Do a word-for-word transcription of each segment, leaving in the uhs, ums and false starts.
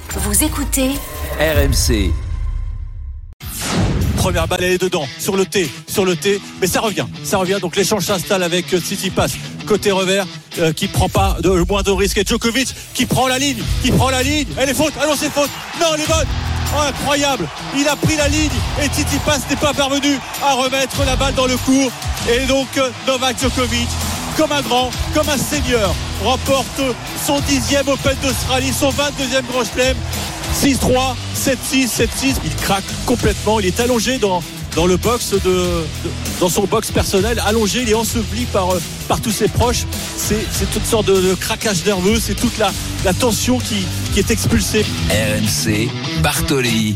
Vous écoutez R M C. Première balle, elle est dedans, sur le T, sur le T, mais ça revient, ça revient. Donc l'échange s'installe avec Tsitsipas, côté revers, euh, qui prend pas de, le moins de risque. Et Djokovic qui prend la ligne, qui prend la ligne. Elle est faute, ah non c'est faute, non elle est bonne. Oh, incroyable, il a pris la ligne et Tsitsipas n'est pas parvenu à remettre la balle dans le court. Et donc Novak Djokovic, comme un grand, comme un seigneur, remporte son dixième Open d'Australie, son vingt-deuxième Grand Chelem. six trois, sept six, sept six. Il craque complètement. Il est allongé dans, dans le box de, de dans son box personnel, allongé. Il est enseveli par, par tous ses proches. C'est, c'est toute sorte de, de craquage nerveux. C'est toute la, la tension qui, qui est expulsée. R M C, Bartoli,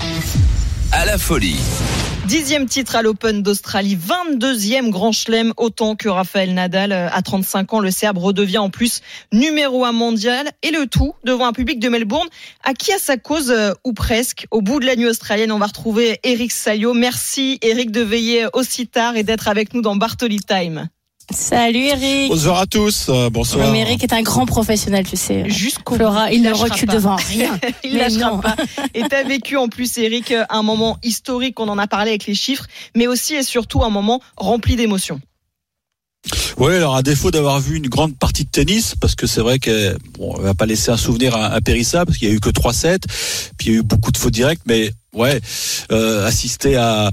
à la folie. Dixième titre à l'Open d'Australie, vingt-deuxième Grand Chelem, autant que Rafael Nadal. À trente-cinq ans, le Serbe redevient en plus numéro un mondial, et le tout devant un public de Melbourne acquis à sa cause, ou presque. Au bout de la nuit australienne, on va retrouver Eric Salio. Merci Eric de veiller aussi tard et d'être avec nous dans Bartoli Time. Salut Eric. Bonsoir à tous, euh, bonsoir. Oui, Eric est un grand professionnel, tu sais. Jusqu'au Flora, bout, il, il ne recule pas. devant rien. Il lâchera pas. Et t'as vécu en plus, Eric, un moment historique, on en a parlé avec les chiffres, mais aussi et surtout un moment rempli d'émotions. Oui, alors à défaut d'avoir vu une grande partie de tennis, parce que c'est vrai qu'elle bon, va pas laisser un souvenir impérissable, parce qu'il y a eu que trois sets, puis il y a eu beaucoup de fautes directes, mais ouais, euh, assister à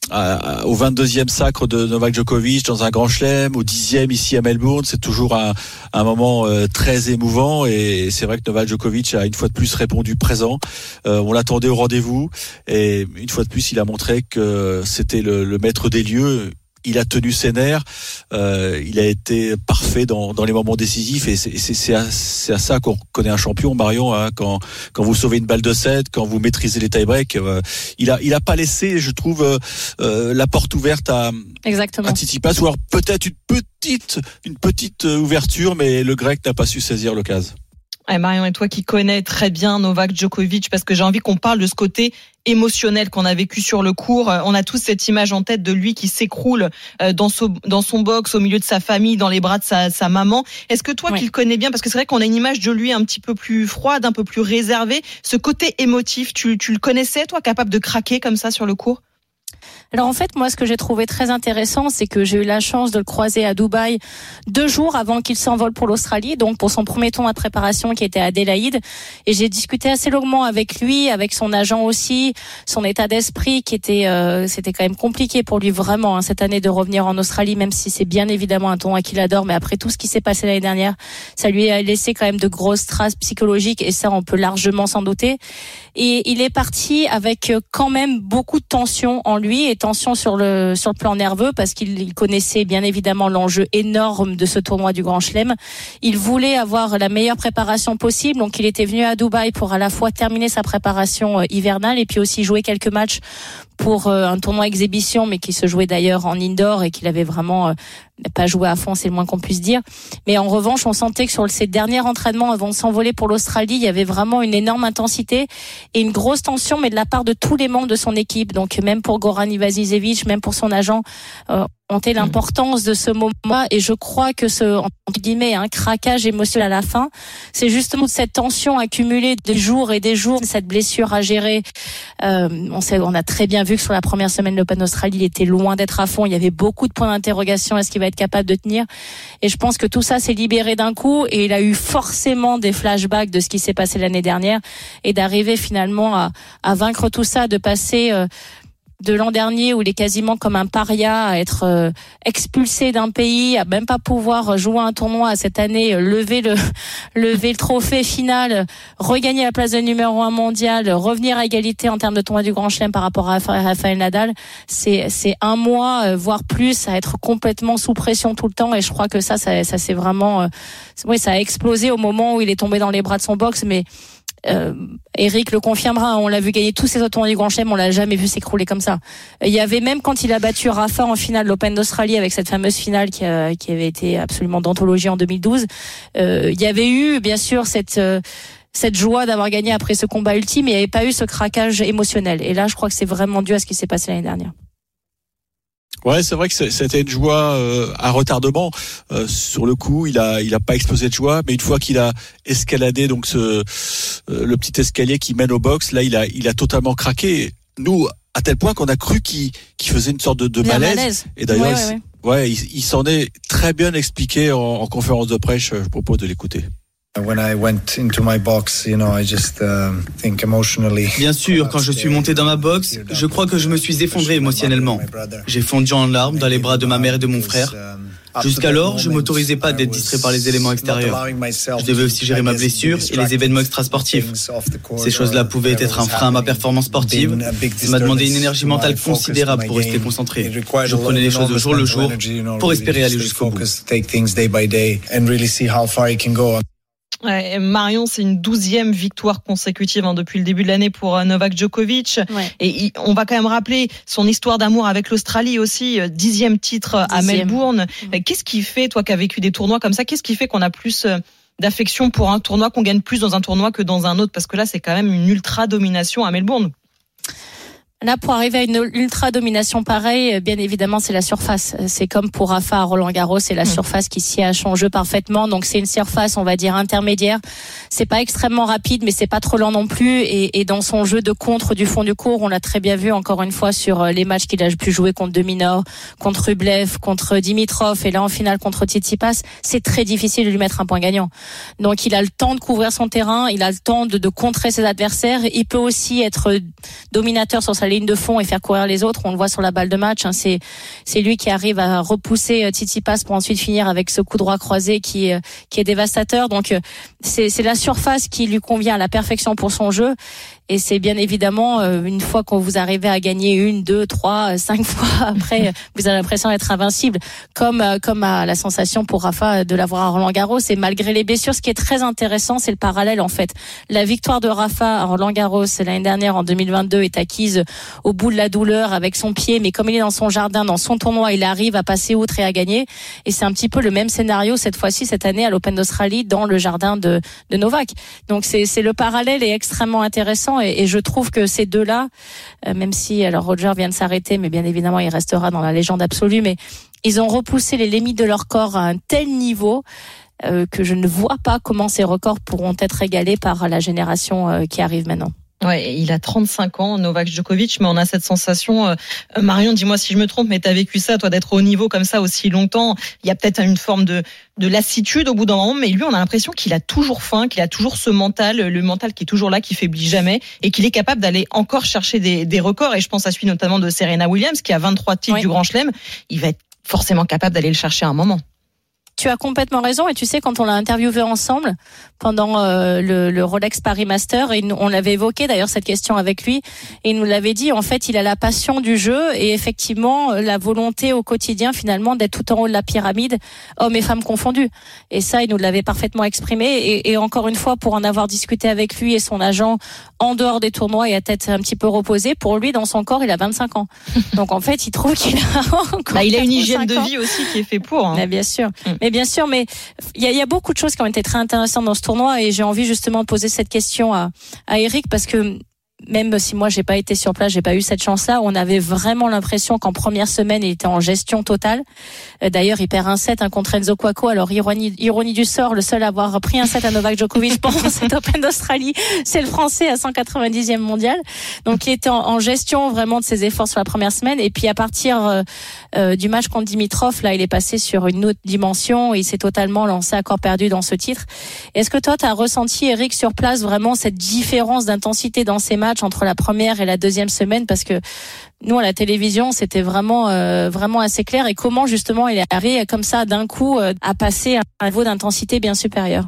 À, au vingt-deuxième sacre de Novak Djokovic dans un grand chelem, au dixième ici à Melbourne, c'est toujours un, un moment euh, très émouvant, et c'est vrai que Novak Djokovic a une fois de plus répondu présent. Euh, on l'attendait au rendez-vous, et une fois de plus il a montré que c'était le, le maître des lieux. Il a tenu ses nerfs, euh, il a été parfait dans, dans les moments décisifs, et c'est, c'est, c'est, à, c'est à ça qu'on reconnaît un champion, Marion, hein, quand, quand vous sauvez une balle de sept, quand vous maîtrisez les tie-breaks. Euh, il a, il a pas laissé, je trouve, euh, euh, la porte ouverte à, Exactement. à Tsitsipas, ou alors peut-être une petite, une petite ouverture, mais le Grec n'a pas su saisir l'occasion. Et Marion, et toi qui connais très bien Novak Djokovic, parce que j'ai envie qu'on parle de ce côté émotionnel qu'on a vécu sur le court. On a tous cette image en tête de lui qui s'écroule dans son, dans son box, au milieu de sa famille, dans les bras de sa, sa maman. Est-ce que toi, oui, qui le connais bien, parce que c'est vrai qu'on a une image de lui un petit peu plus froide, un peu plus réservée, ce côté émotif, tu, tu le connaissais, toi, capable de craquer comme ça sur le court? Alors en fait, moi, ce que j'ai trouvé très intéressant, c'est que j'ai eu la chance de le croiser à Dubaï deux jours avant qu'il s'envole pour l'Australie, donc pour son premier tournoi de préparation qui était à Adélaïde. Et j'ai discuté assez longuement avec lui, avec son agent aussi, son état d'esprit qui était, euh, c'était quand même compliqué pour lui vraiment hein, cette année de revenir en Australie, même si c'est bien évidemment un tournoi qu'il adore. Mais après tout ce qui s'est passé l'année dernière, ça lui a laissé quand même de grosses traces psychologiques, et ça, on peut largement s'en douter. Et il est parti avec quand même beaucoup de tension en lui, et tension sur le sur le plan nerveux, parce qu'il il connaissait bien évidemment l'enjeu énorme de ce tournoi du Grand Chelem. Il voulait avoir la meilleure préparation possible, donc il était venu à Dubaï pour à la fois terminer sa préparation hivernale et puis aussi jouer quelques matchs pour un tournoi exhibition, mais qui se jouait d'ailleurs en indoor et qu'il avait vraiment pas joué à fond, c'est le moins qu'on puisse dire. Mais en revanche, on sentait que sur ces derniers entraînements avant de s'envoler pour l'Australie, il y avait vraiment une énorme intensité et une grosse tension, mais de la part de tous les membres de son équipe. Donc même pour Goran Ivanisevic, même pour son agent, euh, on sait l'importance de ce moment, et je crois que ce, entre guillemets, un craquage émotionnel à la fin, c'est justement cette tension accumulée des jours et des jours, cette blessure à gérer. Euh, on sait, on a très bien vu que sur la première semaine de l'Open d'Australie, il était loin d'être à fond. Il y avait beaucoup de points d'interrogation. Est-ce qu'il va être capable de tenir? Et je pense que tout ça s'est libéré d'un coup, et il a eu forcément des flashbacks de ce qui s'est passé l'année dernière, et d'arriver finalement à, à vaincre tout ça, de passer euh, de l'an dernier où il est quasiment comme un paria à être euh, expulsé d'un pays, à même pas pouvoir jouer un tournoi, à cette année lever le lever le trophée final, regagner la place de numéro un mondial, revenir à égalité en termes de tournoi du Grand Chelem par rapport à Rafael Nadal. C'est c'est un mois voire plus à être complètement sous pression tout le temps, et je crois que ça ça ça c'est vraiment euh, oui, ça a explosé au moment où il est tombé dans les bras de son box. Mais Euh, Eric le confirmera, on l'a vu gagner tous ses autres tournois du Grand Chelem, on l'a jamais vu s'écrouler comme ça. Il y avait même quand il a battu Rafa en finale de l'Open d'Australie, avec cette fameuse finale qui, a, qui avait été absolument d'anthologie en deux mille douze, euh, il y avait eu bien sûr cette euh, cette joie d'avoir gagné après ce combat ultime, mais il n'y avait pas eu ce craquage émotionnel. Et là, je crois que c'est vraiment dû à ce qui s'est passé l'année dernière. Ouais, c'est vrai que c'était une joie euh, à retardement. Euh, sur le coup, il a, il a pas explosé de joie, mais une fois qu'il a escaladé donc ce, euh, le petit escalier qui mène au box, là, il a, il a totalement craqué. Nous, à tel point qu'on a cru qu'il, qu'il faisait une sorte de, de malaise. malaise. Et d'ailleurs, ouais, ouais, il, ouais, il, il s'en est très bien expliqué en, en conférence de presse. Je propose de l'écouter. Bien sûr, quand je suis monté dans ma box, je crois que je me suis effondré émotionnellement. J'ai fondu en larmes dans les bras de ma mère et de mon frère. Jusqu'alors, je m'autorisais pas d'être distrait par les éléments extérieurs. Je devais aussi gérer ma blessure et les événements extrasportifs. Ces choses-là pouvaient être un frein à ma performance sportive. Ça m'a demandé une énergie mentale considérable pour rester concentré. Je prenais les choses au jour le jour pour espérer aller jusqu'au bout. Ouais, Marion, c'est une douzième victoire consécutive hein, depuis le début de l'année pour euh, Novak Djokovic. Ouais. Et il, on va quand même rappeler son histoire d'amour avec l'Australie aussi, euh, dixième titre dixième. à Melbourne. Mmh. Qu'est-ce qui fait, toi qui as vécu des tournois comme ça, qu'est-ce qui fait qu'on a plus euh, d'affection pour un tournoi, qu'on gagne plus dans un tournoi que dans un autre? Parce que là, c'est quand même une ultra domination à Melbourne. Là, pour arriver à une ultra domination pareille, bien évidemment, c'est la surface. C'est comme pour Rafa à Roland-Garros, c'est la mmh. surface qui s'y a son jeu parfaitement. Donc, c'est une surface, on va dire, intermédiaire. C'est pas extrêmement rapide, mais c'est pas trop lent non plus. Et, et dans son jeu de contre du fond du court, on l'a très bien vu encore une fois sur les matchs qu'il a pu jouer contre Dominor, contre Rublev, contre Dimitrov, et là en finale contre Tsitsipas. C'est très difficile de lui mettre un point gagnant. Donc, il a le temps de couvrir son terrain, il a le temps de, de contrer ses adversaires. Il peut aussi être dominateur sur sa ligne de fond et faire courir les autres. On le voit sur la balle de match. Hein. C'est c'est lui qui arrive à repousser Tsitsipas pour ensuite finir avec ce coup droit croisé qui qui est dévastateur. Donc c'est c'est la surface qui lui convient à la perfection pour son jeu. Et c'est bien évidemment une fois qu'on vous arrivez à gagner une, deux, trois, cinq fois après, vous avez l'impression d'être invincible, comme comme à la sensation pour Rafa de l'avoir à Roland-Garros. Et malgré les blessures, ce qui est très intéressant, c'est le parallèle en fait. La victoire de Rafa à Roland-Garros l'année dernière en deux mille vingt-deux est acquise au bout de la douleur avec son pied, mais comme il est dans son jardin, dans son tournoi, il arrive à passer outre et à gagner. Et c'est un petit peu le même scénario cette fois-ci cette année à l'Open d'Australie dans le jardin de de Novak. Donc c'est c'est le parallèle est extrêmement intéressant. Et, et je trouve que ces deux-là, euh, même si alors Roger vient de s'arrêter, mais bien évidemment il restera dans la légende absolue, mais ils ont repoussé les limites de leur corps à un tel niveau euh, que je ne vois pas comment ces records pourront être égalés par la génération euh, qui arrive maintenant. Ouais, il a trente-cinq ans, Novak Djokovic, mais on a cette sensation, euh, Marion, dis-moi si je me trompe, mais t'as vécu ça, toi, d'être au niveau comme ça aussi longtemps. Il y a peut-être une forme de, de lassitude au bout d'un moment, mais lui, on a l'impression qu'il a toujours faim, qu'il a toujours ce mental, le mental qui est toujours là, qui faiblit jamais, et qu'il est capable d'aller encore chercher des, des records. Et je pense à celui notamment de Serena Williams, qui a vingt-trois titres oui. du Grand Chelem. Il va être forcément capable d'aller le chercher à un moment. Tu as complètement raison, et tu sais, quand on l'a interviewé ensemble pendant euh, le, le Rolex Paris Master, et nous, on l'avait évoqué d'ailleurs cette question avec lui, et il nous l'avait dit, en fait il a la passion du jeu et effectivement la volonté au quotidien finalement d'être tout en haut de la pyramide, hommes et femmes confondus, et ça il nous l'avait parfaitement exprimé, et, et encore une fois pour en avoir discuté avec lui et son agent en dehors des tournois et à tête un petit peu reposée, pour lui dans son corps il a vingt-cinq ans, donc en fait il trouve qu'il a encore bah, il a une hygiène de vie aussi qui est fait pour hein. Mais bien sûr mm. Mais bien sûr, mais il y a, y a beaucoup de choses qui ont été très intéressantes dans ce tournoi, et j'ai envie justement de poser cette question à, à Eric, parce que même si moi j'ai pas été sur place, j'ai pas eu cette chance-là, on avait vraiment l'impression qu'en première semaine il était en gestion totale. D'ailleurs il perd un set hein, contre Enzo Couaco. Alors ironie, ironie du sort, le seul à avoir pris un set à Novak Djokovic pendant cet Open d'Australie, c'est le Français à cent quatre-vingt-dixième mondial. Donc il était en, en gestion vraiment de ses efforts sur la première semaine, et puis à partir euh, euh, du match contre Dimitrov, là il est passé sur une autre dimension et il s'est totalement lancé à corps perdu dans ce titre. Est-ce que toi tu as ressenti, Eric, sur place vraiment cette différence d'intensité dans ces matchs entre la première et la deuxième semaine, parce que nous à la télévision c'était vraiment euh, vraiment assez clair, et comment justement il est arrivé comme ça d'un coup euh, à passer à un niveau d'intensité bien supérieur.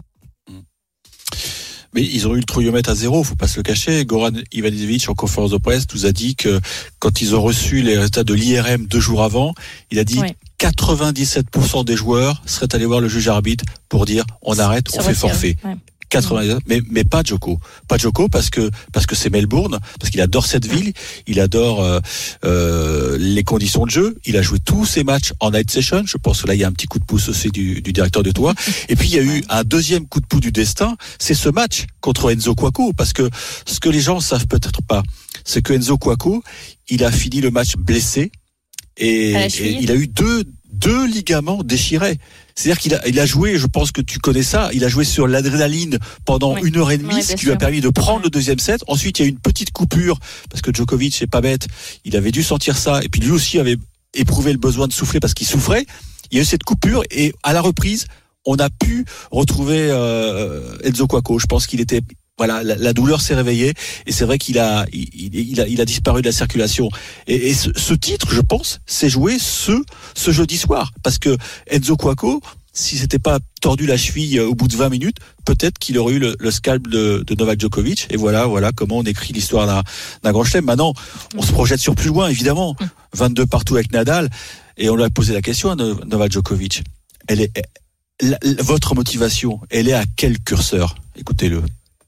Mais ils ont eu le trouillomètre à zéro, faut pas se le cacher. Goran Ivanisevic en conférence de presse nous a dit que quand ils ont reçu les résultats de l'I R M deux jours avant, il a dit oui. quatre-vingt-dix-sept pour cent des joueurs seraient allés voir le juge arbitre pour dire on arrête, on fait forfait. Ouais. quatre-vingt-dix, mais mais pas Djoko, pas Djoko parce que parce que c'est Melbourne, parce qu'il adore cette ville, il adore euh, euh, les conditions de jeu, il a joué tous ses matchs en night session. Je pense que là il y a un petit coup de pouce aussi du, du directeur de tournoi. Et puis il y a eu un deuxième coup de pouce du destin, c'est ce match contre Enzo Couaco, parce que ce que les gens savent peut-être pas, c'est que Enzo Couaco, il a fini le match blessé. et, et il a eu deux deux ligaments déchirés. C'est-à-dire qu'il a, il a joué, je pense que tu connais ça, il a joué sur l'adrénaline pendant oui. une heure et demie, oui, ce qui sûr. lui a permis de prendre ouais. le deuxième set. Ensuite, il y a eu une petite coupure, parce que Djokovic, c'est pas bête, il avait dû sentir ça, et puis lui aussi avait éprouvé le besoin de souffler parce qu'il souffrait. Il y a eu cette coupure, et à la reprise, on a pu retrouver euh, Enzo Couacaud. Je pense qu'il était... Voilà, la, la douleur s'est réveillée et c'est vrai qu'il a, il, il a, il a disparu de la circulation. Et, et ce, ce titre, je pense, s'est joué ce, ce jeudi soir, parce que Enzo Couacaud, si c'était pas tordu la cheville au bout de vingt minutes, peut-être qu'il aurait eu le, le scalp de, de Novak Djokovic. Et voilà, voilà comment on écrit l'histoire d'un, d'un grand chelem. Maintenant, on se projette sur plus loin, évidemment. vingt-deux partout avec Nadal, et on lui a posé la question à Novak Djokovic. Elle est, la, la, votre motivation, elle est à quel curseur? Écoutez-le.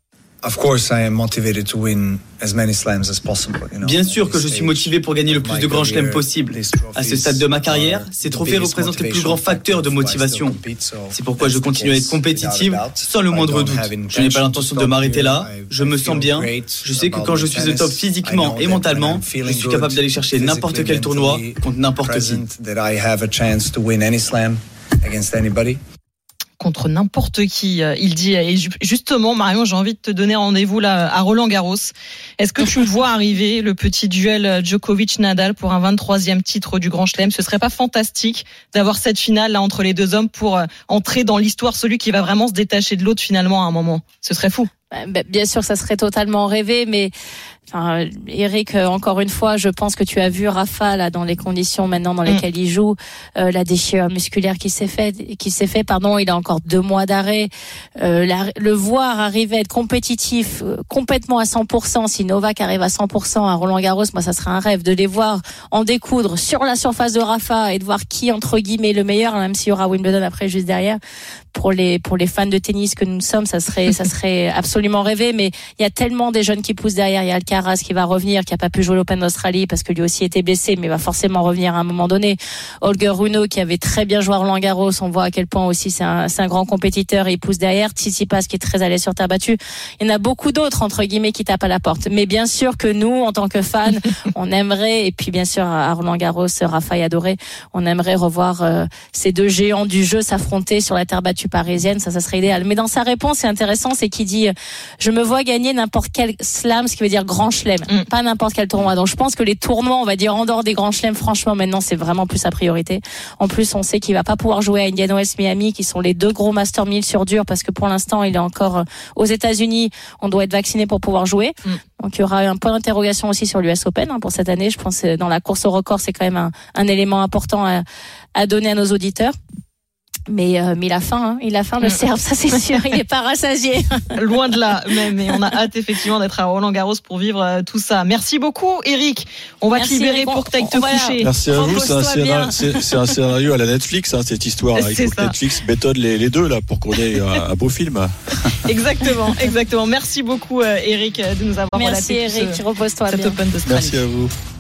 Bien sûr que je suis motivé pour gagner le plus de grands chelems possible. À ce stade de ma carrière, ces trophées représentent le plus grand facteur de motivation. C'est pourquoi je continue à être compétitive sans le moindre doute. Je n'ai pas l'intention de m'arrêter là. Je me sens bien. Je sais que quand je suis au top physiquement et mentalement, je suis capable d'aller chercher n'importe quel tournoi contre n'importe qui. Contre n'importe qui, il dit. Et justement, Marion, j'ai envie de te donner rendez-vous là à Roland-Garros. Est-ce que tu vois arriver le petit duel Djokovic-Nadal pour un vingt-troisième titre du Grand Chelem? Ce serait pas fantastique d'avoir cette finale là entre les deux hommes pour entrer dans l'histoire, celui qui va vraiment se détacher de l'autre finalement à un moment? Ce serait fou. Bien sûr, ça serait totalement rêvé, mais enfin, Eric, encore une fois, je pense que tu as vu Rafa là dans les conditions maintenant dans lesquelles mmh. il joue, euh, la déchirure musculaire qui s'est fait, qui s'est fait, pardon, il a encore deux mois d'arrêt. Euh, la, le voir arriver à être compétitif, euh, complètement à cent pour cent, si Novak arrive à cent pour cent à Roland-Garros, moi ça serait un rêve de les voir en découdre sur la surface de Rafa et de voir qui entre guillemets le meilleur, même s'il y aura Wimbledon après juste derrière. Pour les pour les fans de tennis que nous sommes, ça serait ça serait absolument rêvé. Mais il y a tellement des jeunes qui poussent derrière. Il y a Alcaraz qui va revenir, qui a pas pu jouer l'Open d'Australie parce que lui aussi était blessé, mais va forcément revenir à un moment donné. Holger Rune qui avait très bien joué à Roland-Garros, on voit à quel point aussi c'est un c'est un grand compétiteur et il pousse derrière. Tsitsipas qui est très à l'aise sur terre battue. Il y en a beaucoup d'autres entre guillemets qui tapent à la porte. Mais bien sûr que nous, en tant que fans, on aimerait, et puis bien sûr à Roland-Garros, Rafa est adoré, on aimerait revoir euh, ces deux géants du jeu s'affronter sur la terre battue parisienne, ça, ça serait idéal. Mais dans sa réponse, c'est intéressant, c'est qu'il dit, je me vois gagner n'importe quel slam, ce qui veut dire grand chelem, mm. pas n'importe quel tournoi. Donc je pense que les tournois, on va dire en dehors des grands chelems, franchement, maintenant, c'est vraiment plus sa priorité. En plus, on sait qu'il va pas pouvoir jouer à Indian Wells, Miami, qui sont les deux gros Master mille sur dur, parce que pour l'instant, il est encore aux États-Unis. On doit être vacciné pour pouvoir jouer. Mm. Donc il y aura un point d'interrogation aussi sur l'U S Open hein, pour cette année. Je pense que dans la course au record, c'est quand même un, un élément important à, à donner à nos auditeurs. Mais, euh, mais il a faim, hein. il a faim le Serbe, ça c'est sûr, il est pas rassasié. Loin de là, même, et on a hâte effectivement d'être à Roland-Garros pour vivre euh, tout ça. Merci beaucoup, Eric. On va Merci, te libérer Eric, pour que tu ailles te voilà. coucher. Merci à vous, c'est un, scénario, c'est, c'est un scénario à la Netflix, hein, cette histoire. Il faut que Netflix bétonne les, les deux là pour qu'on ait un, un beau film. Exactement, exactement. Merci beaucoup, euh, Eric, de nous avoir Merci, relaté. Merci Eric, repose-toi bien. Open d'Australie. Merci à vous.